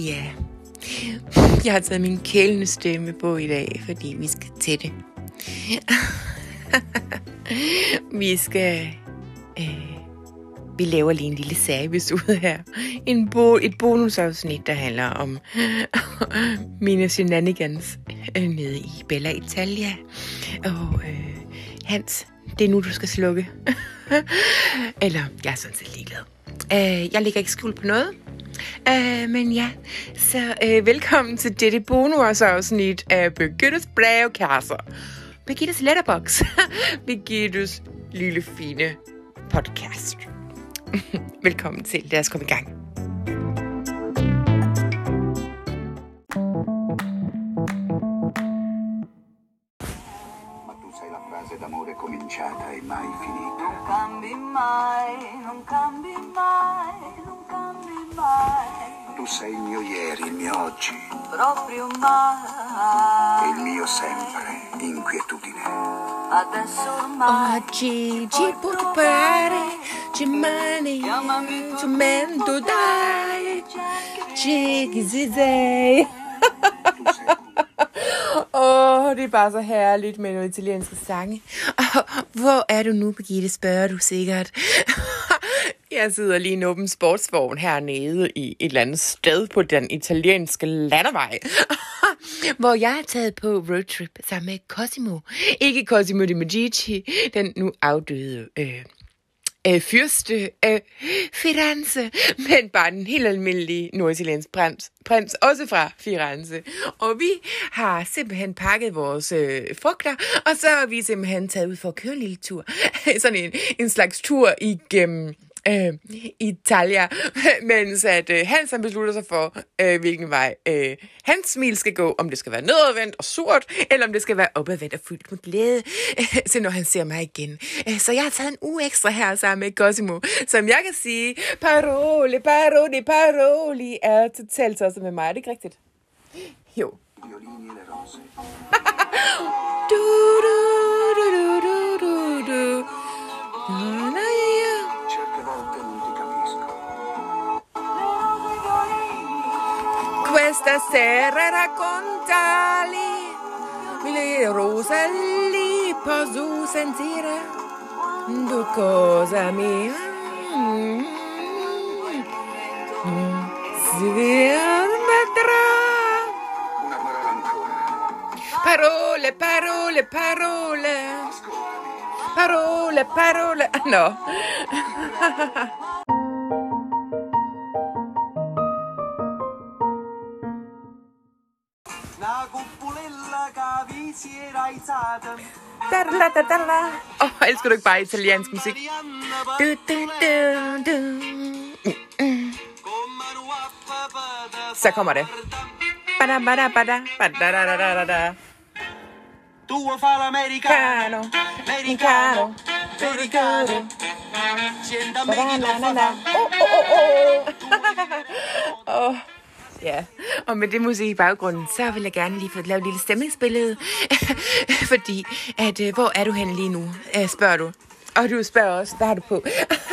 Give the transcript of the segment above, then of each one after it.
Ja, jeg har taget min kælende stemme på i dag, fordi vi skal til det. Vi laver lige en lille service her. Et bonusafsnit, der handler om mine shenanigans nede i Bella Italia. Og Hans, det er nu, du skal slukke. Eller, jeg er sådan set ligeglad. Jeg lægger ikke skjul på noget. Men ja, så velkommen til dette bonusafsnit af Birgittes brevkasse. Birgittes letterbox. Birgittes lille fine podcast. Velkommen til. Lad os komme i gang. Ma tu sei la frase d'amore cominciata e mai finita. Non cambi mai, non cambi mai, non cambi mai. Tu sei il mio ieri, il mio oggi Proprio mai. e il mio sempre, inquietudine. Adesso ormai Oggi ci può pare, ci mani, ci mento dai, ci gizizei. Det er bare så herligt med nogle italienske sange. Hvor er du nu, Birgitte, spørger du sikkert. Jeg sidder lige i en åben sportsvogn hernede i et eller andet sted på den italienske landevej, hvor jeg er taget på roadtrip sammen med Cosimo. Ikke Cosimo de Medici, den nu afdøde fyrste af Firenze, men bare en helt almindelig norditaliensk prins, også fra Firenze. Og vi har simpelthen pakket vores frugter, og så har vi simpelthen taget ud for at køre en lille tur. Sådan en slags tur igennem Italia, mens at Hans han beslutter sig for, hvilken vej hans smil skal gå, om det skal være nedadvendt og surt, eller om det skal være opadvendt og fyldt med glæde, så når han ser mig igen. Så jeg har taget en uge ekstra her sammen med Cosimo, som jeg kan sige, parole, er totalt tosset med mig. Er det ikke rigtigt? Jo. Violini e le rose. Certe volte non ti capisco. Questa sera raccontali le rose lì posso sentire tu cosa mi si vedrà. Una parola ancora. Parole. No. La cuppulella che vi si era alzata. Elsker du ikke bare italiensk musik? Så kommer det. Tu fa l'americano, l'americano, l'americano. Ja, og med det musik i baggrunden, så vil jeg gerne lige få lavet et lille stemningsbillede. Fordi, hvor er du henne lige nu, spørger du. Og du spørger også, hvad har du på?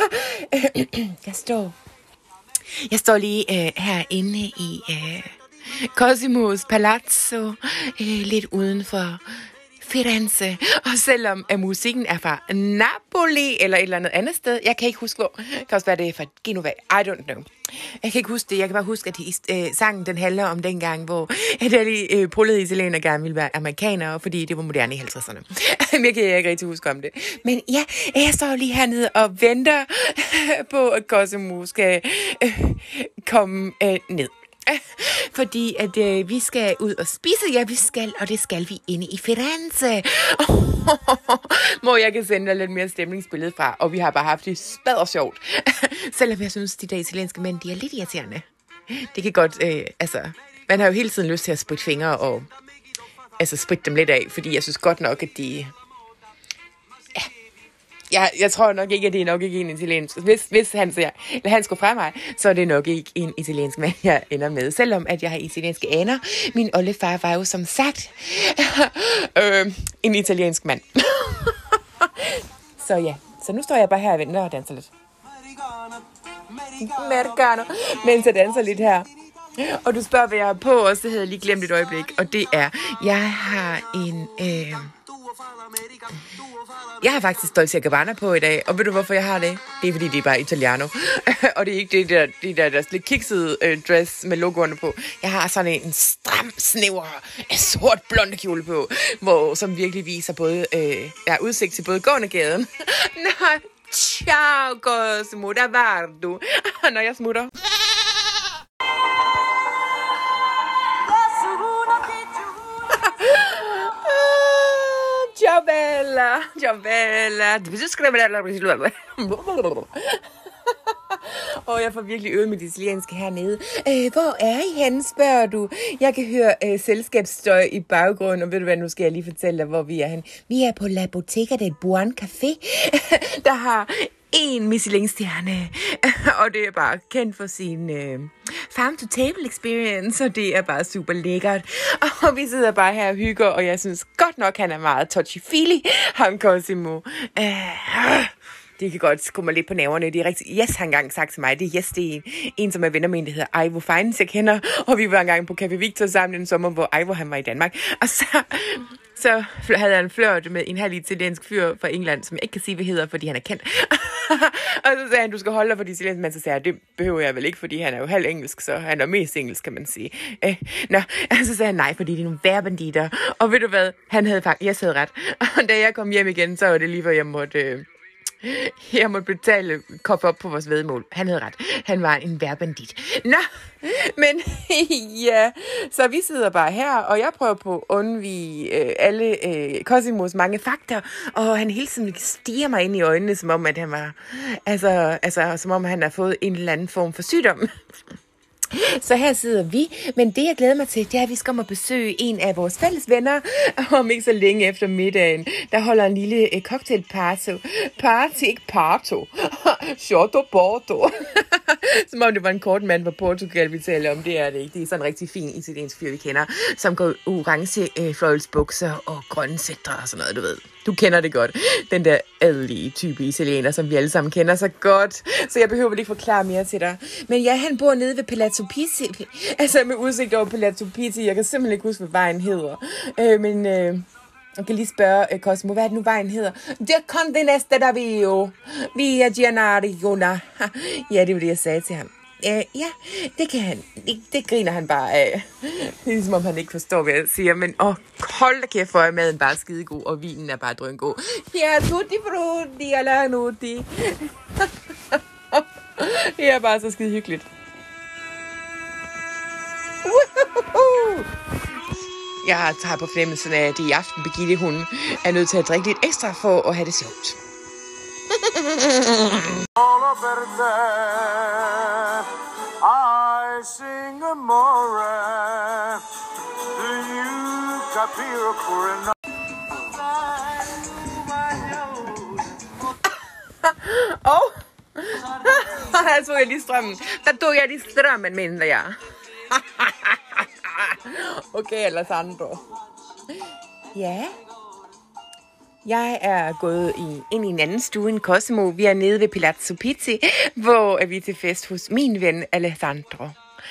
Jeg står lige herinde i Cosimos Palazzo, lidt uden for Firenze. Og selvom musikken er fra Napoli eller et eller andet sted, jeg kan ikke huske hvor. Det kan også være, det er fra Genova. I don't know. Jeg kan ikke huske det. Jeg kan bare huske, at sangen den handler om dengang, hvor de prullede italiener gerne ville være amerikanere, fordi det var moderne i 50'erne. Men jeg kan ikke rigtig huske om det. Men ja, jeg står lige hernede og venter på, at Cosimo skal komme ned. Fordi at vi skal ud og spise. Ja, vi skal, og det skal vi inde i Firenze. Hvor jeg kan sende dig lidt mere stemningsbillede fra. Og vi har bare haft det spadder sjovt. Selvom jeg synes, de der italienske mænd, de er lidt irriterende. Det kan godt, man har jo hele tiden lyst til at spritte fingre og spritte dem lidt af. Fordi jeg synes godt nok, at de... Jeg tror nok ikke, at det er nok ikke en italiensk. Hvis han skulle fra mig, så er det nok ikke en italiensk mand, jeg ender med. Selvom at jeg har italienske aner. Min oldefar var jo som sagt en italiensk mand. Så ja, så nu står jeg bare her og venter og danser lidt. Americano, mens jeg danser lidt her. Og du spørger, hvad jeg har på også, det havde jeg lige glemt et øjeblik. Og det er, jeg har en... Jeg har faktisk Dolce & Gabbana på i dag, og ved du hvorfor jeg har det? Det er fordi, det er bare Italiano. Og det er ikke det der lidt kiksede dress med logoerne på. Jeg har sådan en stram, snæver, sort blonde kjole på, som virkelig viser både, udsigt til både gående gaden. Nej, ciao Cosimo, der var du. Når jeg smutter. Ciao bella, ciao bella. Og jeg får virkelig øvet mit italienske hernede. Hvor er I henne, spørger du? Jeg kan høre selskabsstøj i baggrunden, og ved du hvad, nu skal jeg lige fortælle dig, hvor vi er henne. Vi er på La Bottega del Buon Café, der har en Michelin-stjerne, og det er bare kendt for sin farm-to-table experience, og det er bare super lækkert. Og vi sidder bare her og hygger, og jeg synes godt nok, han er meget touchy-feely, ham Cosimo. Det kan godt skubbe mig lidt på nerverne. Det er rigtigt. Yes, har engang sagt til mig. Det er det er en, som er venner med en, der hedder Ivo Fines, jeg kender. Og vi var engang på Café Victor sammen den sommer, hvor Ivo han var i Danmark. Og så havde han flørt med en halv italiensk fyr fra England, som jeg ikke kan sige, hvad hedder, fordi han er kendt. Og så sagde han, du skal holde dig for de italienske, men så sagde jeg, det behøver jeg vel ikke, fordi han er jo halv engelsk, så han er mest engelsk, kan man sige. Og så sagde han, nej, fordi det er nogle værbanditter. Og ved du hvad, jeg havde ret. Og da jeg kom hjem igen, så var det lige, hvor jeg måtte betale kop op på vores væddemål. Han havde ret. Han var en værbandit. Nå, men ja, så vi sidder bare her, og jeg prøver på at undvige alle Cosimos mange fakta, og han hele tiden stiger mig ind i øjnene, som om, at han var, som om han har fået en eller anden form for sygdom. Så her sidder vi, men det jeg glæder mig til, det er, at vi skal komme og besøge en af vores fælles venner, om ikke så længe efter middagen, der holder en lille cocktailparty, ikke parto, shorto porto, som om det var en kort mand fra Portugal, vi taler om, det er det ikke, det er sådan en rigtig fin italiensk fyr, vi kender, som går orange fløjelsbukser og grønne sætter og sådan noget, du ved. Du kender det godt. Den der adelige type italiener, som vi alle sammen kender så godt. Så jeg behøver vel ikke forklare mere til dig. Men ja, han bor nede ved Palazzo Pitti. Altså med udsigt over Palazzo Pitti. Jeg kan simpelthen ikke huske, hvad vejen hedder. Jeg kan lige spørge Cosimo, hvad er det nu vejen hedder? Det kom det næste, der vi jo. Via Gianariona. Ja, det var det, jeg sagde til ham. Ja, det kan han. Det griner han bare af. Det er ligesom om han ikke forstår, hvad jeg siger. Men hold da kæft for, at maden bare er skidegod, og vinen er bare drøngod. Ja, tutti frutti alla nutti. Det er bare så skide hyggeligt. Jeg tager på fornemmelsen af, at i aften Birgitte, hun er nødt til at drikke lidt ekstra for at have det sjovt. I sing amore. Do you capire for Her tog jeg lige strømmen. Der tog jeg lige strømmen, mener jeg. Okay, Alessandro. Ja. Jeg er gået ind i en anden stue end Cosimo. Vi er nede ved Palazzo Pitti, hvor vi er til fest hos min ven Alessandro.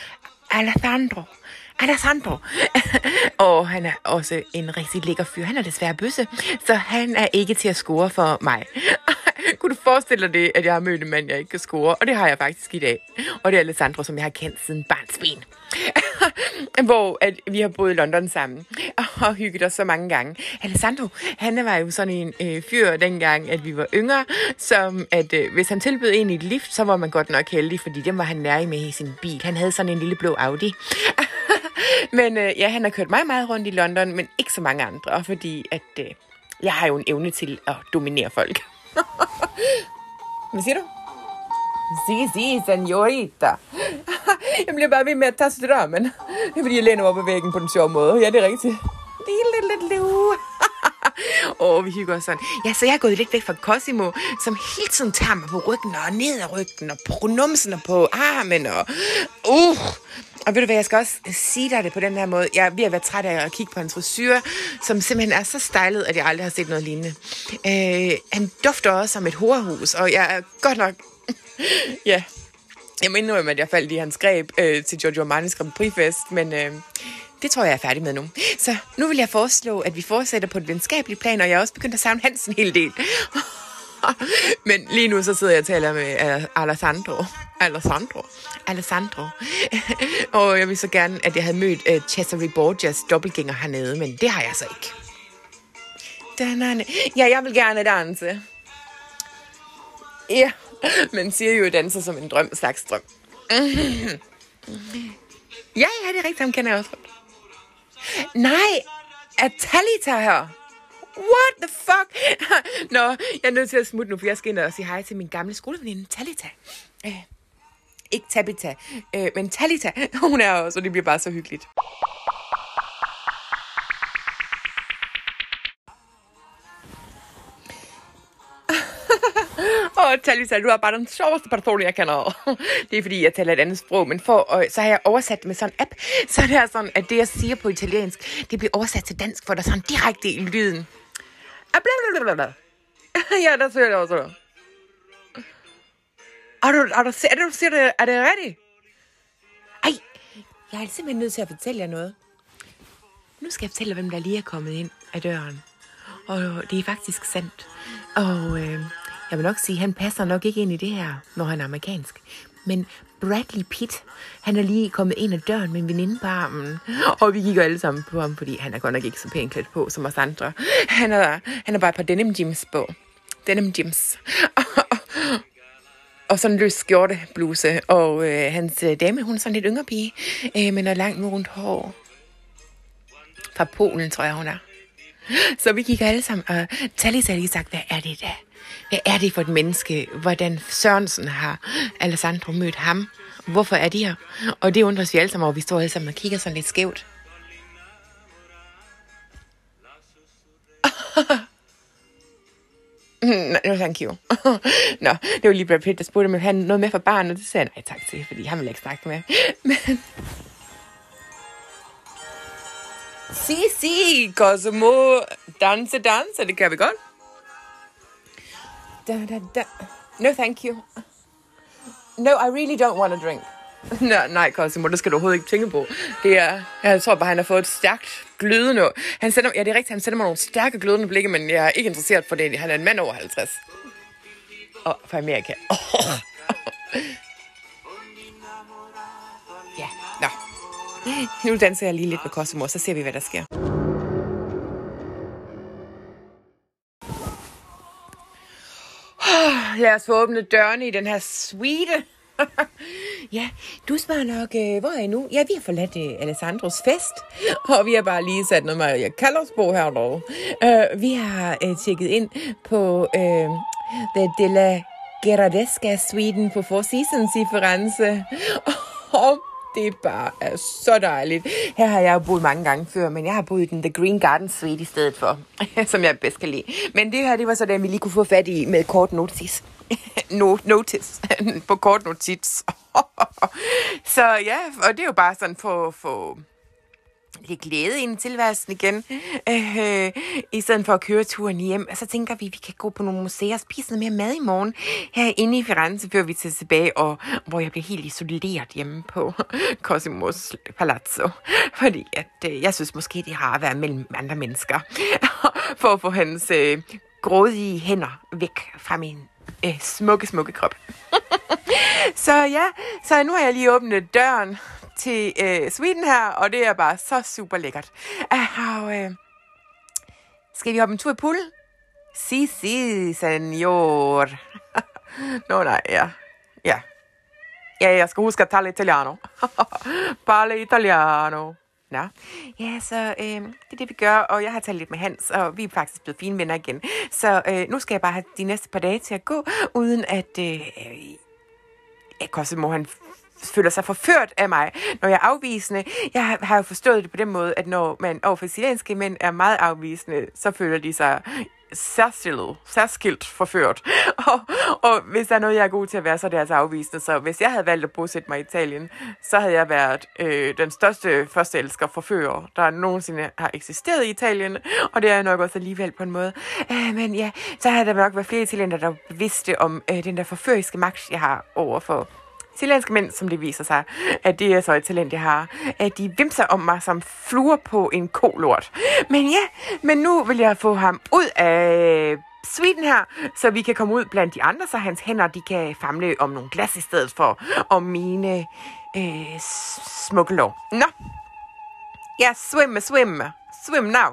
Og han er også en rigtig lækker fyr. Han er desværre bøsse, så han er ikke til at score for mig. Kunne du forestille dig det, at jeg har mødt en mand, jeg ikke kan score? Og det har jeg faktisk i dag. Og det er Alessandro, som jeg har kendt siden barnsben. Hvor at vi har boet i London sammen og hygget os så mange gange. Alessandro, han var jo sådan en fyr dengang, at vi var yngre, som at hvis han tilbød en i et lift, så var man godt nok heldig, fordi dem var han nær med i sin bil. Han havde sådan en lille blå Audi. Men ja, han har kørt mig meget rundt i London, men ikke så mange andre, fordi at jeg har jo en evne til at dominere folk. Hvad siger du? Si, senorita. Jeg bliver bare ved med at tage strømmen. Det er fordi, jeg læner op ad væggen på den sjove måde. Ja, det er rigtigt. Vi hygger os sådan. Ja, så jeg er gået lidt væk fra Cosimo, som hele tiden tager mig på ryggen og ned ad ryggen og på numsen på armen og Og ved du hvad, jeg skal også sige dig det på den her måde. Jeg er ved at være træt af at kigge på hans frisyr, som simpelthen er så stylet, at jeg aldrig har set noget lignende. Han dufter også som et horehus, og jeg er godt nok... ja, Jeg må indrømme, at jeg faldt i hans greb til Giorgio Armani's Grand Prix-fest, men det tror jeg er færdig med nu. Så nu vil jeg foreslå, at vi fortsætter på et venskabeligt plan, og jeg er også begyndt at savne Hans en hel del. Men lige nu så sidder jeg og taler med Alessandro. Og jeg vil så gerne, at jeg havde mødt Cesare Borgias dobbeltgænger hernede, men det har jeg så ikke. Ja, jeg vil gerne danse. Ja, men siger jo danser som en slags drøm. Ja, det er rigtigt, ham kender jeg også. Nej, er Talita her? What the fuck? Nå, jeg er nødt til at smutte nu, for jeg skal ind og sige hej til min gamle skoleveninde, Talita. Ikke Tabita, men Talita. Hun er også, og det bliver bare så hyggeligt. Talita, du er bare den sjoveste person, jeg kender. Det er fordi, jeg taler et andet sprog, men så har jeg oversat det med sådan en app. Så det er sådan, at det, jeg siger på italiensk, det bliver oversat til dansk, for der er sådan direkte i lyden. Ja, der siger det også. Er det rigtigt? Ej, jeg er simpelthen nødt til at fortælle jer noget. Nu skal jeg fortælle, hvem der lige er kommet ind ad døren. Og det er faktisk sandt. Og jeg vil nok sige, at han passer nok ikke ind i det her, når han er amerikansk. Men Bradley Pitt, han er lige kommet ind ad døren med en veninde på armen. Og vi kigger alle sammen på ham, fordi han er godt nok ikke så pænt klædt på som os andre. Han er bare et par denim jeans på. Denim jeans. Og sådan en løs skjortebluse. Og hans dame, hun er sådan lidt yngre pige. Med noget langt rundt hår. Fra Polen, tror jeg, hun er. Så vi kigger alle sammen, og Talita har lige sagt, hvad er det da? Hvad er det for et menneske? Hvordan Sørensen har Alessandro mødt ham? Hvorfor er de her? Og det undrer os vi alle sammen over. Vi står alle sammen og kigger sådan lidt skævt. No, thank you. Nå, det var lige Brad Pitt, der spurgte, om han noget med for barnet. Det sagde jeg nej tak til, fordi han ville ikke snakke med. Men Si, Cosimo, danse, det kan vi godt. No, thank you. No, I really don't want a drink. Nej, Cosimo, det skal du overhovedet ikke tænke på. Jeg tror bare, han har fået et stærkt glødende. Det er rigtigt, han sender mig nogle stærke glødende blikke, men jeg er ikke interesseret for det. Han er en mand over 50. Og fra Amerika. Ja, nå. Nu danser jeg lige lidt med Cosimo, så ser vi, hvad der sker. Lad os få åbnet dørene i den her suite. Ja, du spørger nok, hvor er I nu? Ja, vi har forladt Alessandros fest, og vi har bare lige sat noget Maria Callas på hernede. Vi har tjekket ind på The Della Gherardesca-suiten på Four Seasons i Firenze. Og det bare er så dejligt. Her har jeg jo boet mange gange før, men jeg har boet i den The Green Garden Suite i stedet for, som jeg bedst kan lide. Men det her, det var så det, vi lige kunne få fat i med kort notice. Notice. På kort notice. Så ja, og det er jo bare sådan for lidt glæde ind i tilværelsen igen, i stedet for at køre turen hjem. Og så tænker vi kan gå på nogle museer og spise noget mere mad i morgen herinde i Firenze, før vi tager tilbage, og hvor jeg bliver helt isoleret hjemme på Cosimos Palazzo. Fordi at, jeg synes måske, det har været mellem andre mennesker, for at få hans grådige hænder væk fra min smukke krop. Så nu har jeg lige åbnet døren til Sweden her, og det er bare så super lækkert. Skal vi hoppe en tur i poolen? Si, senor. Nej, ja. Ja, jeg skal huske at tale italiano. Parle italiano. Nå. Ja, så det er det, vi gør, og jeg har talt lidt med Hans, og vi er faktisk blevet fine venner igen. Så nu skal jeg bare have de næste par dage til at gå, uden at Cosimo, han føler sig forført af mig, når jeg er afvisende. Jeg har jo forstået det på den måde, at når man overfor sicilianske mænd er meget afvisende, så føler de sig særskilt forført. Og hvis der er noget, jeg er god til at være, så er det altså afvisende. Så hvis jeg havde valgt at bosætte mig i Italien, så havde jeg været den største førsteelsker forfører, der nogensinde har eksisteret i Italien. Og det er jeg nok også alligevel på en måde. Men ja, så havde der nok været flere italienere, der vidste om den der forføriske magt, jeg har over for italienske mænd, som det viser sig, at det er så et talent, jeg har, at de vimser om mig som fluer på en kolort. Men nu vil jeg få ham ud af suiten her, så vi kan komme ud blandt de andre, så hans hænder, de kan famle om nogle glas i stedet for om mine smukke lår. Nå. Ja, swim now.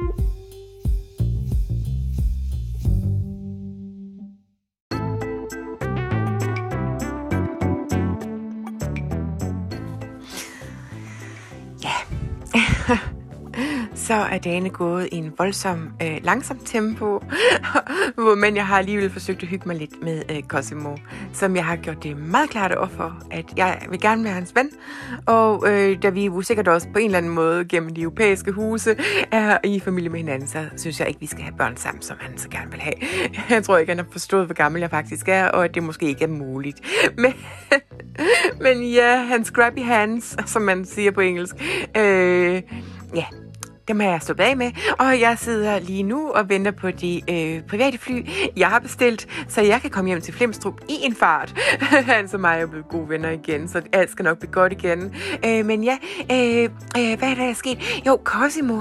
Så er dagene gået i en voldsom, langsom tempo, men jeg har alligevel forsøgt at hygge mig lidt med Cosimo, som jeg har gjort det meget klart overfor, at jeg vil gerne være hans ven, og da vi jo sikkert også på en eller anden måde gennem de europæiske huse er i familie med hinanden, så synes jeg ikke, vi skal have børn sammen, som han så gerne vil have. Jeg tror ikke, han har forstået, hvor gammel jeg faktisk er, og at det måske ikke er muligt. Men ja, hans grabby hands, som man siger på engelsk, ja, dem har jeg stået af med, og jeg sidder lige nu og venter på de private fly, jeg har bestilt, så jeg kan komme hjem til Flemstrup i en fart. Han og mig er blevet gode venner igen, så alt skal nok blive godt igen. Men ja, hvad er der sket? Jo, Cosimo,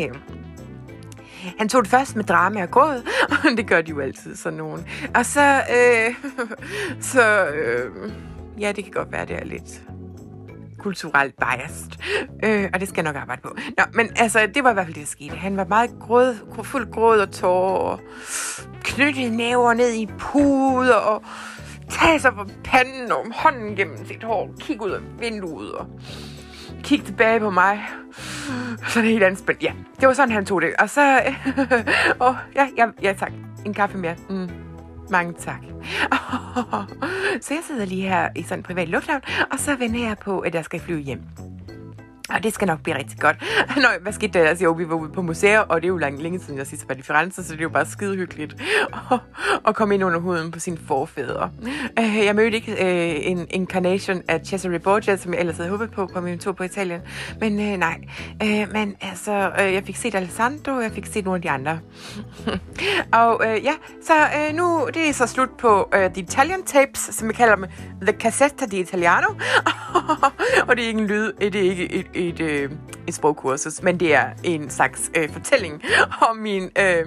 han tog det først med drama og gråd, og det gør de jo altid sådan nogen. Og så, ja, det kan godt være, det er lidt kulturelt biased, og det skal jeg nok arbejde på. Nå, men altså, det var i hvert fald det, der skete. Han var meget fuld gråd og tårer, og knyttede næver ned i puder, og tage sig på panden og hånden gennem sit hår, kigge ud af vinduet, og kigge tilbage på mig. Så det er helt anspændt. Ja, det var sådan, han tog det. Og så, ja, tak. En kaffe mere. Mange tak. Så jeg sidder lige her i sådan en privat lufthavn, og så venter jeg på, at jeg skal flyve hjem. Og det skal nok blive rigtig godt. Nå, hvad skete der? Altså, jo, vi var ude på museer, og det er jo længe siden, jeg sidst var i Firenze, så det er jo bare skide hyggeligt at komme ind under huden på sine forfædre. Jeg mødte ikke en incarnation af Cesare Borgia, som jeg ellers havde håbet på min tur på Italien. Men nej. Men altså, jeg fik set Alessandro, og jeg fik set nogle af de andre. Og ja, så nu det er så slut på The Italian Tapes, som vi kalder dem The Cassetta di Italiano. Og det er ikke en lyd, det er ikke et sprogkursus, men det er en slags fortælling om min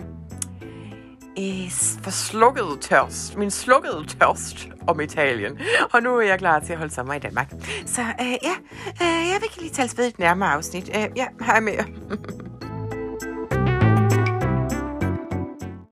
min slukkede tørst om Italien. Og nu er jeg klar til at holde sommer i Danmark. Så ja, jeg vil lige tale ved et nærmere afsnit. Ja, hej med jer.